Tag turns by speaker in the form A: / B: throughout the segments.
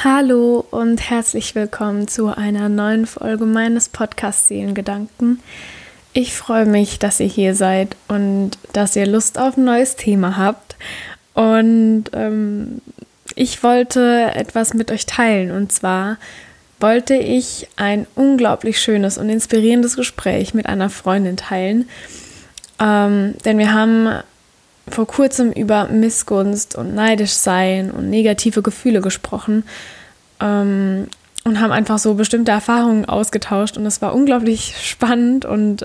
A: Hallo und herzlich willkommen zu einer neuen Folge meines Podcasts Seelengedanken. Ich freue mich, dass ihr hier seid und dass ihr Lust auf ein neues Thema habt. Und ich wollte etwas mit euch teilen. Und zwar wollte ich ein unglaublich schönes und inspirierendes Gespräch mit einer Freundin teilen. Denn wir haben vor kurzem über Missgunst und neidisch sein und negative Gefühle gesprochen und haben einfach so bestimmte Erfahrungen ausgetauscht und es war unglaublich spannend und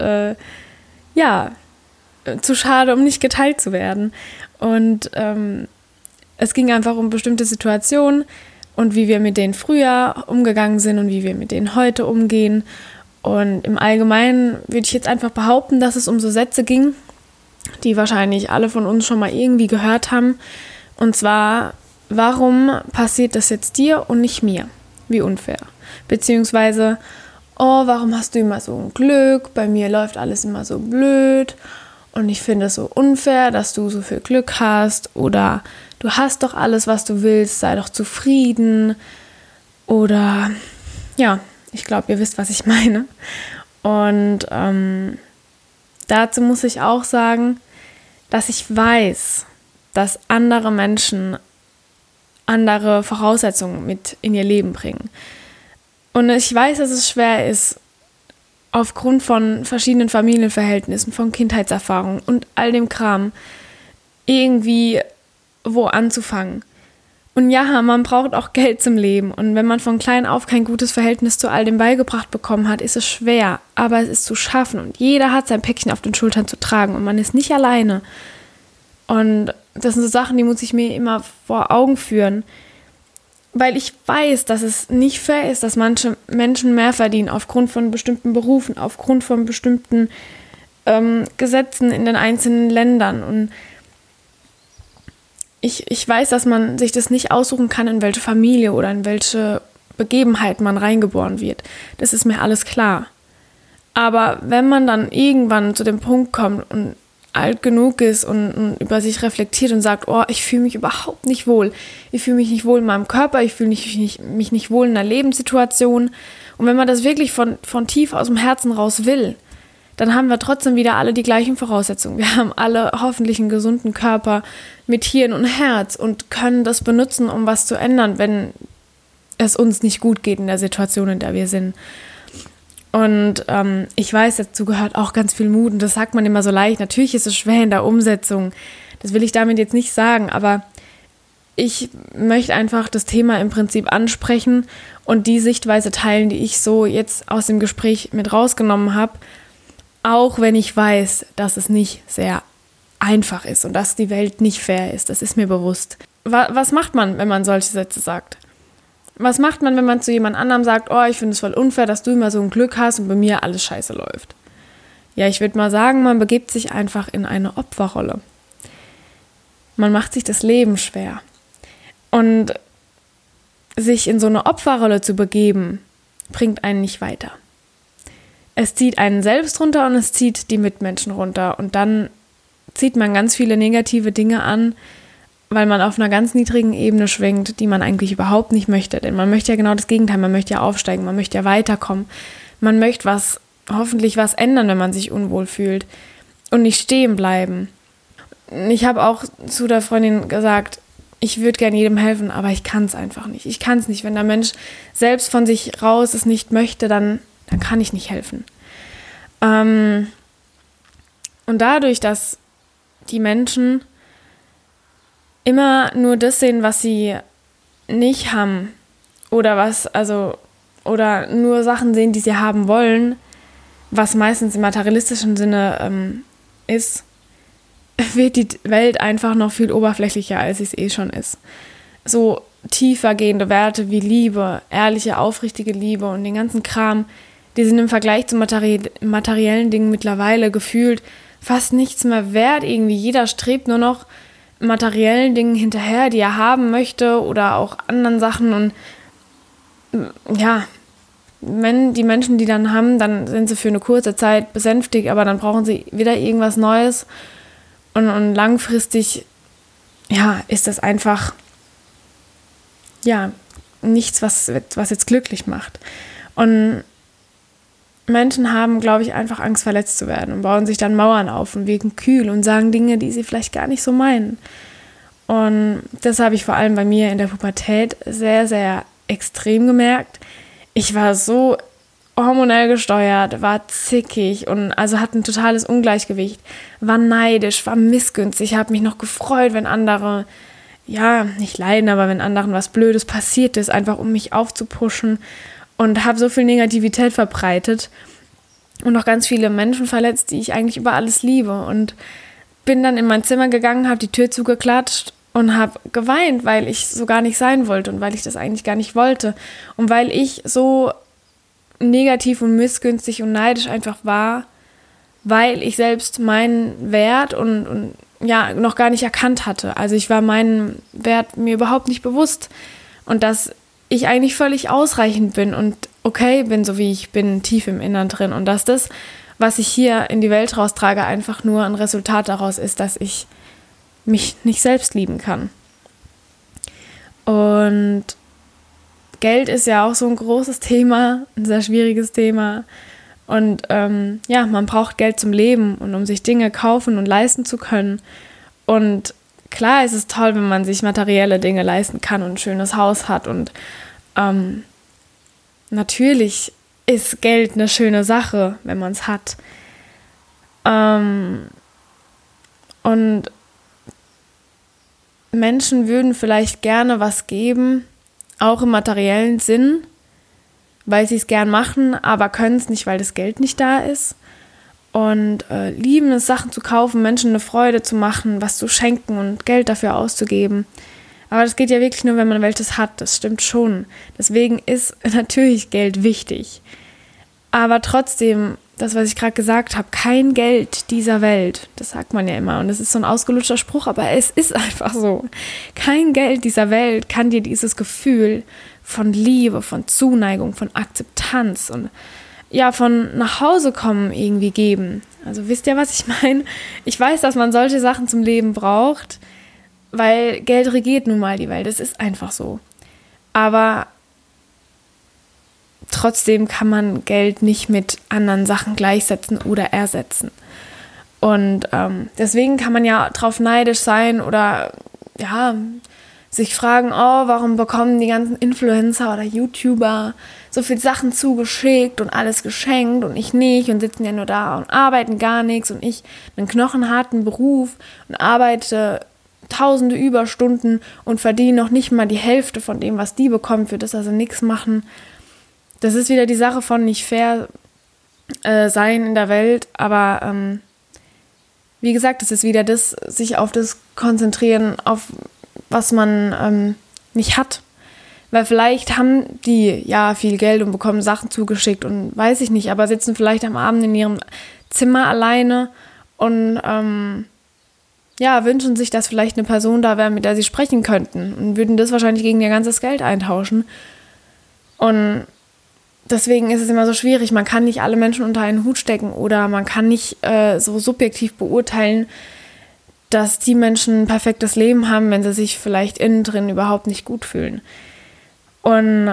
A: zu schade, um nicht geteilt zu werden. Und es ging einfach um bestimmte Situationen und wie wir mit denen früher umgegangen sind und wie wir mit denen heute umgehen. Und im Allgemeinen würde ich jetzt einfach behaupten, dass es um so Sätze ging, die wahrscheinlich alle von uns schon mal irgendwie gehört haben. Und zwar, warum passiert das jetzt dir und nicht mir? Wie unfair. Beziehungsweise, warum hast du immer so ein Glück? Bei mir läuft alles immer so blöd. Und ich finde es so unfair, dass du so viel Glück hast. Oder du hast doch alles, was du willst, sei doch zufrieden. Oder, ja, ich glaube, ihr wisst, was ich meine. Und dazu muss ich auch sagen, dass ich weiß, dass andere Menschen andere Voraussetzungen mit in ihr Leben bringen. Und ich weiß, dass es schwer ist, aufgrund von verschiedenen Familienverhältnissen, von Kindheitserfahrungen und all dem Kram irgendwie wo anzufangen. Und ja, man braucht auch Geld zum Leben. Und wenn man von klein auf kein gutes Verhältnis zu all dem beigebracht bekommen hat, ist es schwer. Aber es ist zu schaffen. Und jeder hat sein Päckchen auf den Schultern zu tragen. Und man ist nicht alleine. Und das sind so Sachen, die muss ich mir immer vor Augen führen. Weil ich weiß, dass es nicht fair ist, dass manche Menschen mehr verdienen aufgrund von bestimmten Berufen, aufgrund von bestimmten Gesetzen in den einzelnen Ländern. Und ich weiß, dass man sich das nicht aussuchen kann, in welche Familie oder in welche Begebenheit man reingeboren wird. Das ist mir alles klar. Aber wenn man dann irgendwann zu dem Punkt kommt und alt genug ist und über sich reflektiert und sagt, ich fühle mich überhaupt nicht wohl. Ich fühle mich nicht wohl in meinem Körper, ich fühle mich nicht wohl in einer Lebenssituation. Und wenn man das wirklich von tief aus dem Herzen raus will, dann haben wir trotzdem wieder alle die gleichen Voraussetzungen. Wir haben alle hoffentlich einen gesunden Körper mit Hirn und Herz und können das benutzen, um was zu ändern, wenn es uns nicht gut geht in der Situation, in der wir sind. Und ich weiß, dazu gehört auch ganz viel Mut und das sagt man immer so leicht. Natürlich ist es schwer in der Umsetzung. Das will ich damit jetzt nicht sagen, aber ich möchte einfach das Thema im Prinzip ansprechen und die Sichtweise teilen, die ich so jetzt aus dem Gespräch mit rausgenommen habe. Auch wenn ich weiß, dass es nicht sehr einfach ist und dass die Welt nicht fair ist, das ist mir bewusst. Was macht man, wenn man solche Sätze sagt? Was macht man, wenn man zu jemand anderem sagt, ich finde es voll unfair, dass du immer so ein Glück hast und bei mir alles scheiße läuft? Ja, ich würde mal sagen, man begibt sich einfach in eine Opferrolle. Man macht sich das Leben schwer. Und sich in so eine Opferrolle zu begeben, bringt einen nicht weiter. Es zieht einen selbst runter und es zieht die Mitmenschen runter. Und dann zieht man ganz viele negative Dinge an, weil man auf einer ganz niedrigen Ebene schwingt, die man eigentlich überhaupt nicht möchte. Denn man möchte ja genau das Gegenteil. Man möchte ja aufsteigen, man möchte ja weiterkommen. Man möchte hoffentlich was ändern, wenn man sich unwohl fühlt. Und nicht stehen bleiben. Ich habe auch zu der Freundin gesagt, ich würde gerne jedem helfen, aber ich kann es einfach nicht. Ich kann es nicht. Wenn der Mensch selbst von sich raus es nicht möchte, dann kann ich nicht helfen. Und dadurch, dass die Menschen immer nur das sehen, was sie nicht haben oder nur Sachen sehen, die sie haben wollen, was meistens im materialistischen Sinne ist, wird die Welt einfach noch viel oberflächlicher, als es schon ist. So tiefer gehende Werte wie Liebe, ehrliche, aufrichtige Liebe und den ganzen Kram, die sind im Vergleich zu materiellen Dingen mittlerweile gefühlt fast nichts mehr wert. Irgendwie jeder strebt nur noch materiellen Dingen hinterher, die er haben möchte oder auch anderen Sachen. Und ja, wenn die Menschen die dann haben, dann sind sie für eine kurze Zeit besänftigt, aber dann brauchen sie wieder irgendwas Neues. Und langfristig, ist das einfach, nichts, was jetzt glücklich macht. Und Menschen haben, glaube ich, einfach Angst, verletzt zu werden und bauen sich dann Mauern auf und wirken kühl und sagen Dinge, die sie vielleicht gar nicht so meinen. Und das habe ich vor allem bei mir in der Pubertät sehr, sehr extrem gemerkt. Ich war so hormonell gesteuert, war zickig und also hatte ein totales Ungleichgewicht, war neidisch, war missgünstig, habe mich noch gefreut, wenn andere, ja, nicht leiden, aber wenn anderen was Blödes passiert ist, einfach um mich aufzupushen, und habe so viel Negativität verbreitet und noch ganz viele Menschen verletzt, die ich eigentlich über alles liebe, und bin dann in mein Zimmer gegangen, habe die Tür zugeklatscht und habe geweint, weil ich so gar nicht sein wollte und weil ich das eigentlich gar nicht wollte und weil ich so negativ und missgünstig und neidisch einfach war, weil ich selbst meinen Wert und ja noch gar nicht erkannt hatte. Also ich war meinen Wert mir überhaupt nicht bewusst und dass ich eigentlich völlig ausreichend bin und okay bin, so wie ich bin, tief im Innern drin, und dass das, was ich hier in die Welt raustrage, einfach nur ein Resultat daraus ist, dass ich mich nicht selbst lieben kann. Und Geld ist ja auch so ein großes Thema, ein sehr schwieriges Thema. Und man braucht Geld zum Leben und um sich Dinge kaufen und leisten zu können. Und klar ist es toll, wenn man sich materielle Dinge leisten kann und ein schönes Haus hat. Und natürlich ist Geld eine schöne Sache, wenn man es hat. Und Menschen würden vielleicht gerne was geben, auch im materiellen Sinn, weil sie es gern machen, aber können es nicht, weil das Geld nicht da ist. Und lieben es, Sachen zu kaufen, Menschen eine Freude zu machen, was zu schenken und Geld dafür auszugeben. Aber das geht ja wirklich nur, wenn man welches hat, das stimmt schon. Deswegen ist natürlich Geld wichtig. Aber trotzdem, das, was ich gerade gesagt habe, kein Geld dieser Welt, das sagt man ja immer und das ist so ein ausgelutschter Spruch, aber es ist einfach so. Kein Geld dieser Welt kann dir dieses Gefühl von Liebe, von Zuneigung, von Akzeptanz und ja, von nach Hause kommen irgendwie geben. Also wisst ihr, was ich meine? Ich weiß, dass man solche Sachen zum Leben braucht, weil Geld regiert nun mal die Welt. Es ist einfach so. Aber trotzdem kann man Geld nicht mit anderen Sachen gleichsetzen oder ersetzen. Und deswegen kann man ja drauf neidisch sein oder ja, sich fragen, warum bekommen die ganzen Influencer oder YouTuber so viel Sachen zugeschickt und alles geschenkt und ich nicht und sitzen ja nur da und arbeiten gar nichts und ich einen knochenharten Beruf und arbeite tausende Überstunden und verdiene noch nicht mal die Hälfte von dem, was die bekommen, für das also nichts machen. Das ist wieder die Sache von nicht fair sein in der Welt, aber wie gesagt, es ist wieder das, sich auf das konzentrieren, auf was man nicht hat. Weil vielleicht haben die ja viel Geld und bekommen Sachen zugeschickt und weiß ich nicht, aber sitzen vielleicht am Abend in ihrem Zimmer alleine und wünschen sich, dass vielleicht eine Person da wäre, mit der sie sprechen könnten und würden das wahrscheinlich gegen ihr ganzes Geld eintauschen. Und deswegen ist es immer so schwierig. Man kann nicht alle Menschen unter einen Hut stecken oder man kann nicht so subjektiv beurteilen, dass die Menschen ein perfektes Leben haben, wenn sie sich vielleicht innen drin überhaupt nicht gut fühlen. Und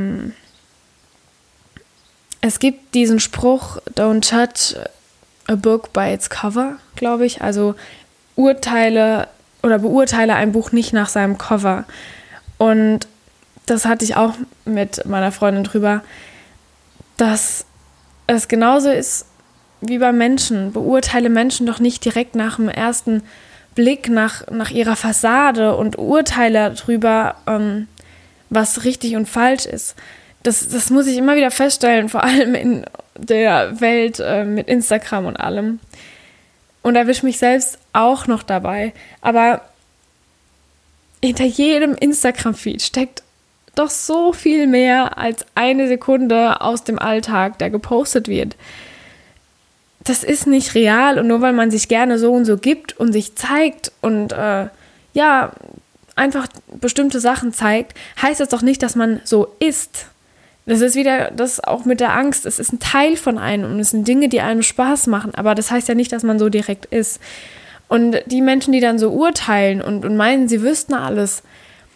A: es gibt diesen Spruch, don't judge a book by its cover, glaube ich. Also beurteile ein Buch nicht nach seinem Cover. Und das hatte ich auch mit meiner Freundin drüber, dass es genauso ist wie bei Menschen. Beurteile Menschen doch nicht direkt nach dem ersten Blick, nach ihrer Fassade und urteile darüber, was richtig und falsch ist. Das muss ich immer wieder feststellen, vor allem in der Welt mit Instagram und allem. Und erwische mich selbst auch noch dabei. Aber hinter jedem Instagram-Feed steckt doch so viel mehr als eine Sekunde aus dem Alltag, der gepostet wird. Das ist nicht real und nur weil man sich gerne so und so gibt und sich zeigt und einfach bestimmte Sachen zeigt, heißt das doch nicht, dass man so ist. Das ist wieder das auch mit der Angst. Es ist ein Teil von einem und es sind Dinge, die einem Spaß machen, aber das heißt ja nicht, dass man so direkt ist. Und die Menschen, die dann so urteilen und meinen, sie wüssten alles,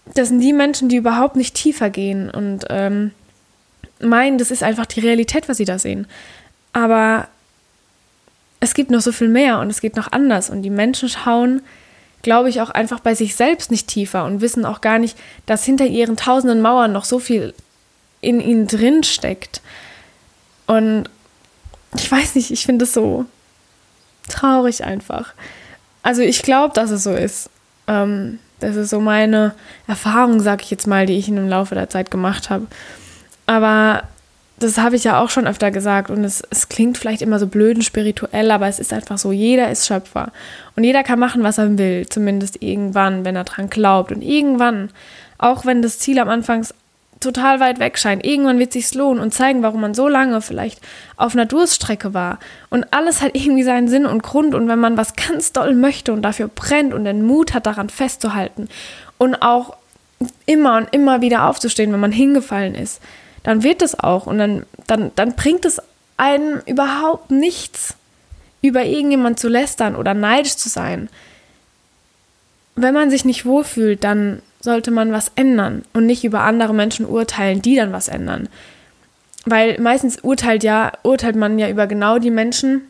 A: das sind die Menschen, die überhaupt nicht tiefer gehen und meinen, das ist einfach die Realität, was sie da sehen. Aber es gibt noch so viel mehr und es geht noch anders. Und die Menschen schauen, glaube ich, auch einfach bei sich selbst nicht tiefer und wissen auch gar nicht, dass hinter ihren tausenden Mauern noch so viel in ihnen drin steckt. Und ich weiß nicht, ich finde es so traurig einfach. Also ich glaube, dass es so ist. Das ist so meine Erfahrung, sag ich jetzt mal, die ich im Laufe der Zeit gemacht habe. Aber das habe ich ja auch schon öfter gesagt und es klingt vielleicht immer so blöd und spirituell, aber es ist einfach so, jeder ist Schöpfer und jeder kann machen, was er will, zumindest irgendwann, wenn er dran glaubt. Und irgendwann, auch wenn das Ziel am Anfang total weit weg scheint, irgendwann wird es sich lohnen und zeigen, warum man so lange vielleicht auf einer Durststrecke war. Und alles hat irgendwie seinen Sinn und Grund. Und wenn man was ganz doll möchte und dafür brennt und den Mut hat, daran festzuhalten und auch immer und immer wieder aufzustehen, wenn man hingefallen ist, dann wird es auch. Und dann bringt es einem überhaupt nichts, über irgendjemand zu lästern oder neidisch zu sein. Wenn man sich nicht wohlfühlt, dann sollte man was ändern und nicht über andere Menschen urteilen, die dann was ändern. Weil meistens urteilt man ja über genau die Menschen,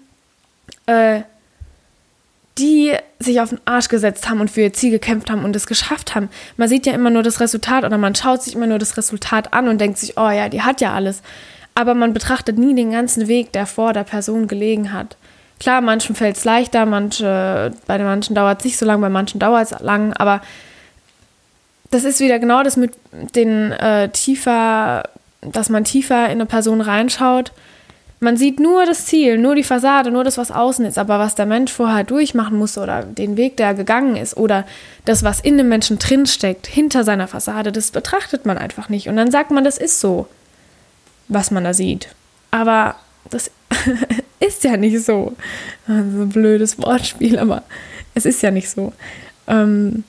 A: die sich auf den Arsch gesetzt haben und für ihr Ziel gekämpft haben und es geschafft haben. Man sieht ja immer nur das Resultat oder man schaut sich immer nur das Resultat an und denkt sich, oh ja, die hat ja alles. Aber man betrachtet nie den ganzen Weg, der vor der Person gelegen hat. Klar, manchen fällt es leichter, bei den manchen dauert es nicht so lang, bei manchen dauert es lang, aber das ist wieder genau das mit den dass man tiefer in eine Person reinschaut. Man sieht nur das Ziel, nur die Fassade, nur das, was außen ist, aber was der Mensch vorher durchmachen musste oder den Weg, der er gegangen ist oder das, was in dem Menschen drinsteckt, hinter seiner Fassade, das betrachtet man einfach nicht. Und dann sagt man, das ist so, was man da sieht. Aber das ist ja nicht so. Also ein blödes Wortspiel, aber es ist ja nicht so. Und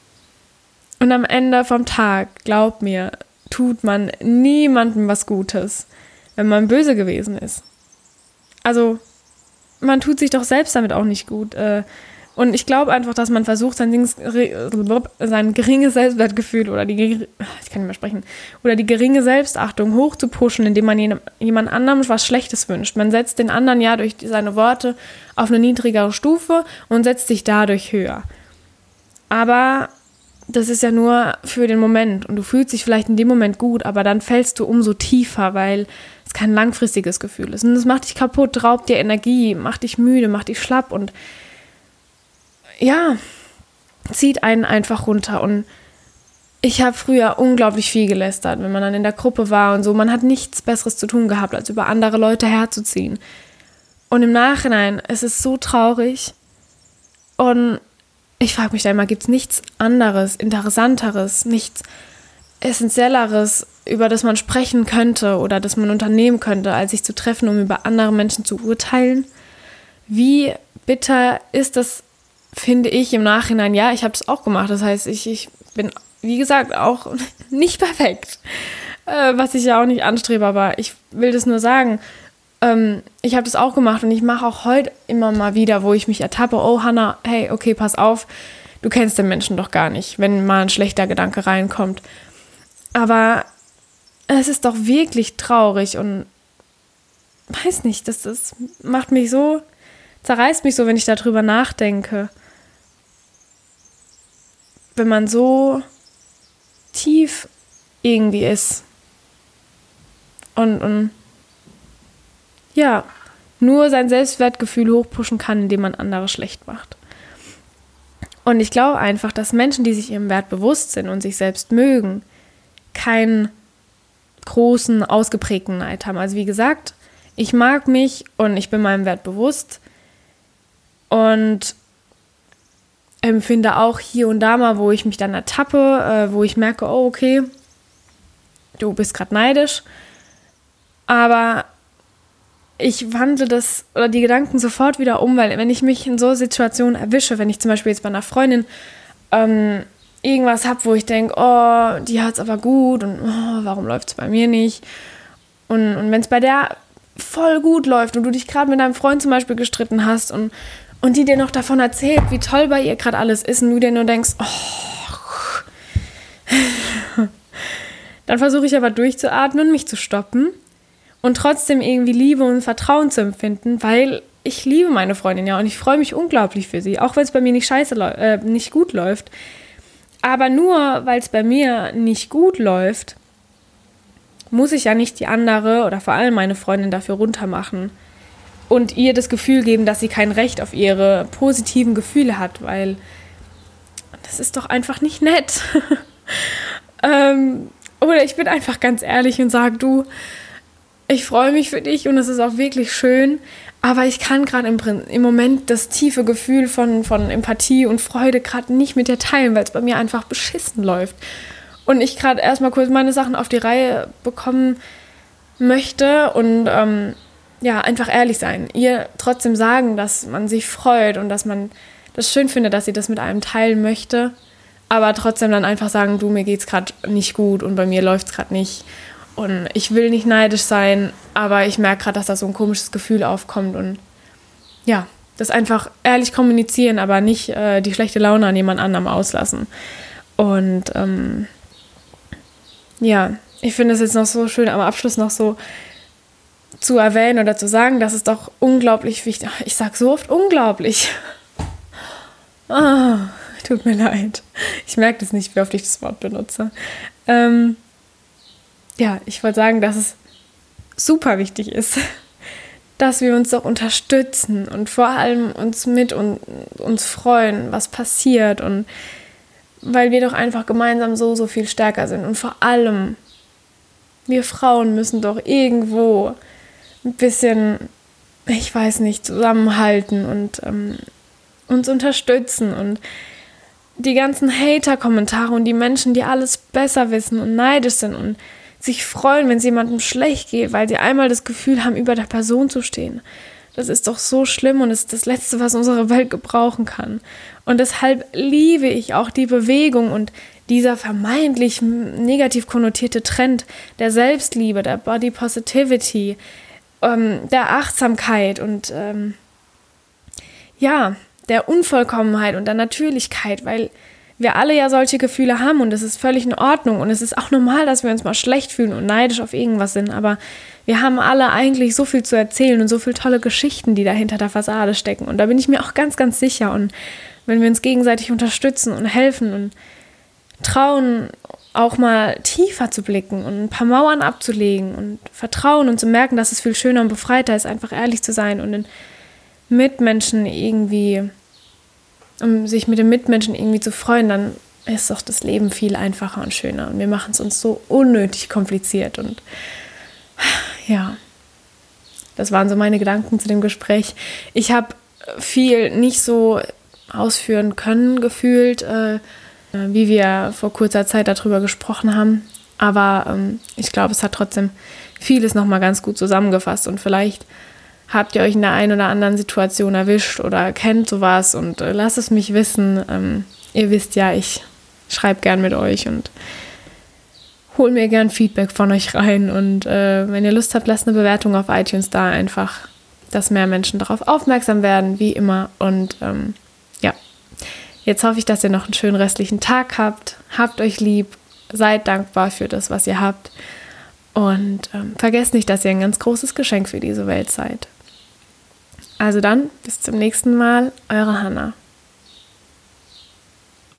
A: am Ende vom Tag, glaub mir, tut man niemandem was Gutes, wenn man böse gewesen ist. Also, man tut sich doch selbst damit auch nicht gut. Und ich glaube einfach, dass man versucht, sein geringes Selbstwertgefühl oder die geringe Selbstachtung hochzupuschen, indem man jemand anderem was Schlechtes wünscht. Man setzt den anderen ja durch seine Worte auf eine niedrigere Stufe und setzt sich dadurch höher. Aber das ist ja nur für den Moment und du fühlst dich vielleicht in dem Moment gut, aber dann fällst du umso tiefer, weil es kein langfristiges Gefühl ist. Und das macht dich kaputt, raubt dir Energie, macht dich müde, macht dich schlapp und ja, zieht einen einfach runter. Und ich habe früher unglaublich viel gelästert, wenn man dann in der Gruppe war und so. Man hat nichts Besseres zu tun gehabt, als über andere Leute herzuziehen. Und im Nachhinein, es ist so traurig und ich frage mich da immer, gibt es nichts anderes, Interessanteres, nichts Essentielleres, über das man sprechen könnte oder das man unternehmen könnte, als sich zu treffen, um über andere Menschen zu urteilen? Wie bitter ist das, finde ich, im Nachhinein? Ja, ich habe es auch gemacht. Das heißt, ich bin, wie gesagt, auch nicht perfekt, was ich ja auch nicht anstrebe, aber ich will das nur sagen. Ich habe das auch gemacht und ich mache auch heute immer mal wieder, wo ich mich ertappe, oh Hannah, hey, okay, pass auf, du kennst den Menschen doch gar nicht, wenn mal ein schlechter Gedanke reinkommt. Aber es ist doch wirklich traurig und weiß nicht, das macht mich so, zerreißt mich so, wenn ich darüber nachdenke. Wenn man so tief irgendwie ist und ja, nur sein Selbstwertgefühl hochpushen kann, indem man andere schlecht macht. Und ich glaube einfach, dass Menschen, die sich ihrem Wert bewusst sind und sich selbst mögen, keinen großen, ausgeprägten Neid haben. Also wie gesagt, ich mag mich und ich bin meinem Wert bewusst und empfinde auch hier und da mal, wo ich mich dann ertappe, wo ich merke, oh okay, du bist gerade neidisch, aber ich wandle das oder die Gedanken sofort wieder um, weil wenn ich mich in so Situationen erwische, wenn ich zum Beispiel jetzt bei einer Freundin irgendwas habe, wo ich denke, oh, die hat's aber gut und oh, warum läuft's bei mir nicht? Und wenn es bei der voll gut läuft und du dich gerade mit deinem Freund zum Beispiel gestritten hast und die dir noch davon erzählt, wie toll bei ihr gerade alles ist und du dir nur denkst, oh, Dann versuche ich aber durchzuatmen, mich zu stoppen und trotzdem irgendwie Liebe und Vertrauen zu empfinden, weil ich liebe meine Freundin ja und ich freue mich unglaublich für sie, auch wenn es bei mir nicht gut läuft. Aber nur weil es bei mir nicht gut läuft, muss ich ja nicht die andere oder vor allem meine Freundin dafür runtermachen und ihr das Gefühl geben, dass sie kein Recht auf ihre positiven Gefühle hat, weil das ist doch einfach nicht nett. Oder ich bin einfach ganz ehrlich und sage, du, ich freue mich für dich und es ist auch wirklich schön, aber ich kann gerade im Moment das tiefe Gefühl von Empathie und Freude gerade nicht mit dir teilen, weil es bei mir einfach beschissen läuft. Und ich gerade erstmal kurz meine Sachen auf die Reihe bekommen möchte und einfach ehrlich sein. Ihr trotzdem sagen, dass man sich freut und dass man das schön findet, dass sie das mit einem teilen möchte, aber trotzdem dann einfach sagen, du, mir geht's gerade nicht gut und bei mir läuft's gerade nicht. Und ich will nicht neidisch sein, aber ich merke gerade, dass da so ein komisches Gefühl aufkommt. Und ja, das einfach ehrlich kommunizieren, aber nicht die schlechte Laune an jemand anderem auslassen. Und ich finde es jetzt noch so schön, am Abschluss noch so zu erwähnen oder zu sagen, dass es doch unglaublich wichtig ist. Ich sage so oft unglaublich. Tut mir leid. Ich merke das nicht, wie oft ich das Wort benutze. Ich wollte sagen, dass es super wichtig ist, dass wir uns doch unterstützen und vor allem uns uns freuen, was passiert und weil wir doch einfach gemeinsam so viel stärker sind und vor allem wir Frauen müssen doch irgendwo ein bisschen, ich weiß nicht, zusammenhalten und uns unterstützen und die ganzen Hater-Kommentare und die Menschen, die alles besser wissen und neidisch sind und sich freuen, wenn es jemandem schlecht geht, weil sie einmal das Gefühl haben, über der Person zu stehen. Das ist doch so schlimm und ist das Letzte, was unsere Welt gebrauchen kann. Und deshalb liebe ich auch die Bewegung und dieser vermeintlich negativ konnotierte Trend der Selbstliebe, der Body Positivity, der Achtsamkeit und der Unvollkommenheit und der Natürlichkeit, weil wir alle ja solche Gefühle haben und es ist völlig in Ordnung und es ist auch normal, dass wir uns mal schlecht fühlen und neidisch auf irgendwas sind, aber wir haben alle eigentlich so viel zu erzählen und so viele tolle Geschichten, die da hinter der Fassade stecken und da bin ich mir auch ganz, ganz sicher und wenn wir uns gegenseitig unterstützen und helfen und trauen, auch mal tiefer zu blicken und ein paar Mauern abzulegen und vertrauen und zu merken, dass es viel schöner und befreiter ist, einfach ehrlich zu sein und den Mitmenschen irgendwie, um sich mit den Mitmenschen irgendwie zu freuen, dann ist doch das Leben viel einfacher und schöner. Und wir machen es uns so unnötig kompliziert. Und ja, das waren so meine Gedanken zu dem Gespräch. Ich habe viel nicht so ausführen können, gefühlt, wie wir vor kurzer Zeit darüber gesprochen haben. Aber ich glaube, es hat trotzdem vieles nochmal ganz gut zusammengefasst. Und vielleicht habt ihr euch in der einen oder anderen Situation erwischt oder kennt sowas und lasst es mich wissen. Ihr wisst ja, ich schreibe gern mit euch und hol mir gern Feedback von euch rein. Und wenn ihr Lust habt, lasst eine Bewertung auf iTunes da, einfach, dass mehr Menschen darauf aufmerksam werden, wie immer. Und jetzt hoffe ich, dass ihr noch einen schönen restlichen Tag habt. Habt euch lieb, seid dankbar für das, was ihr habt. Und vergesst nicht, dass ihr ein ganz großes Geschenk für diese Welt seid. Also dann, bis zum nächsten Mal, eure Hannah.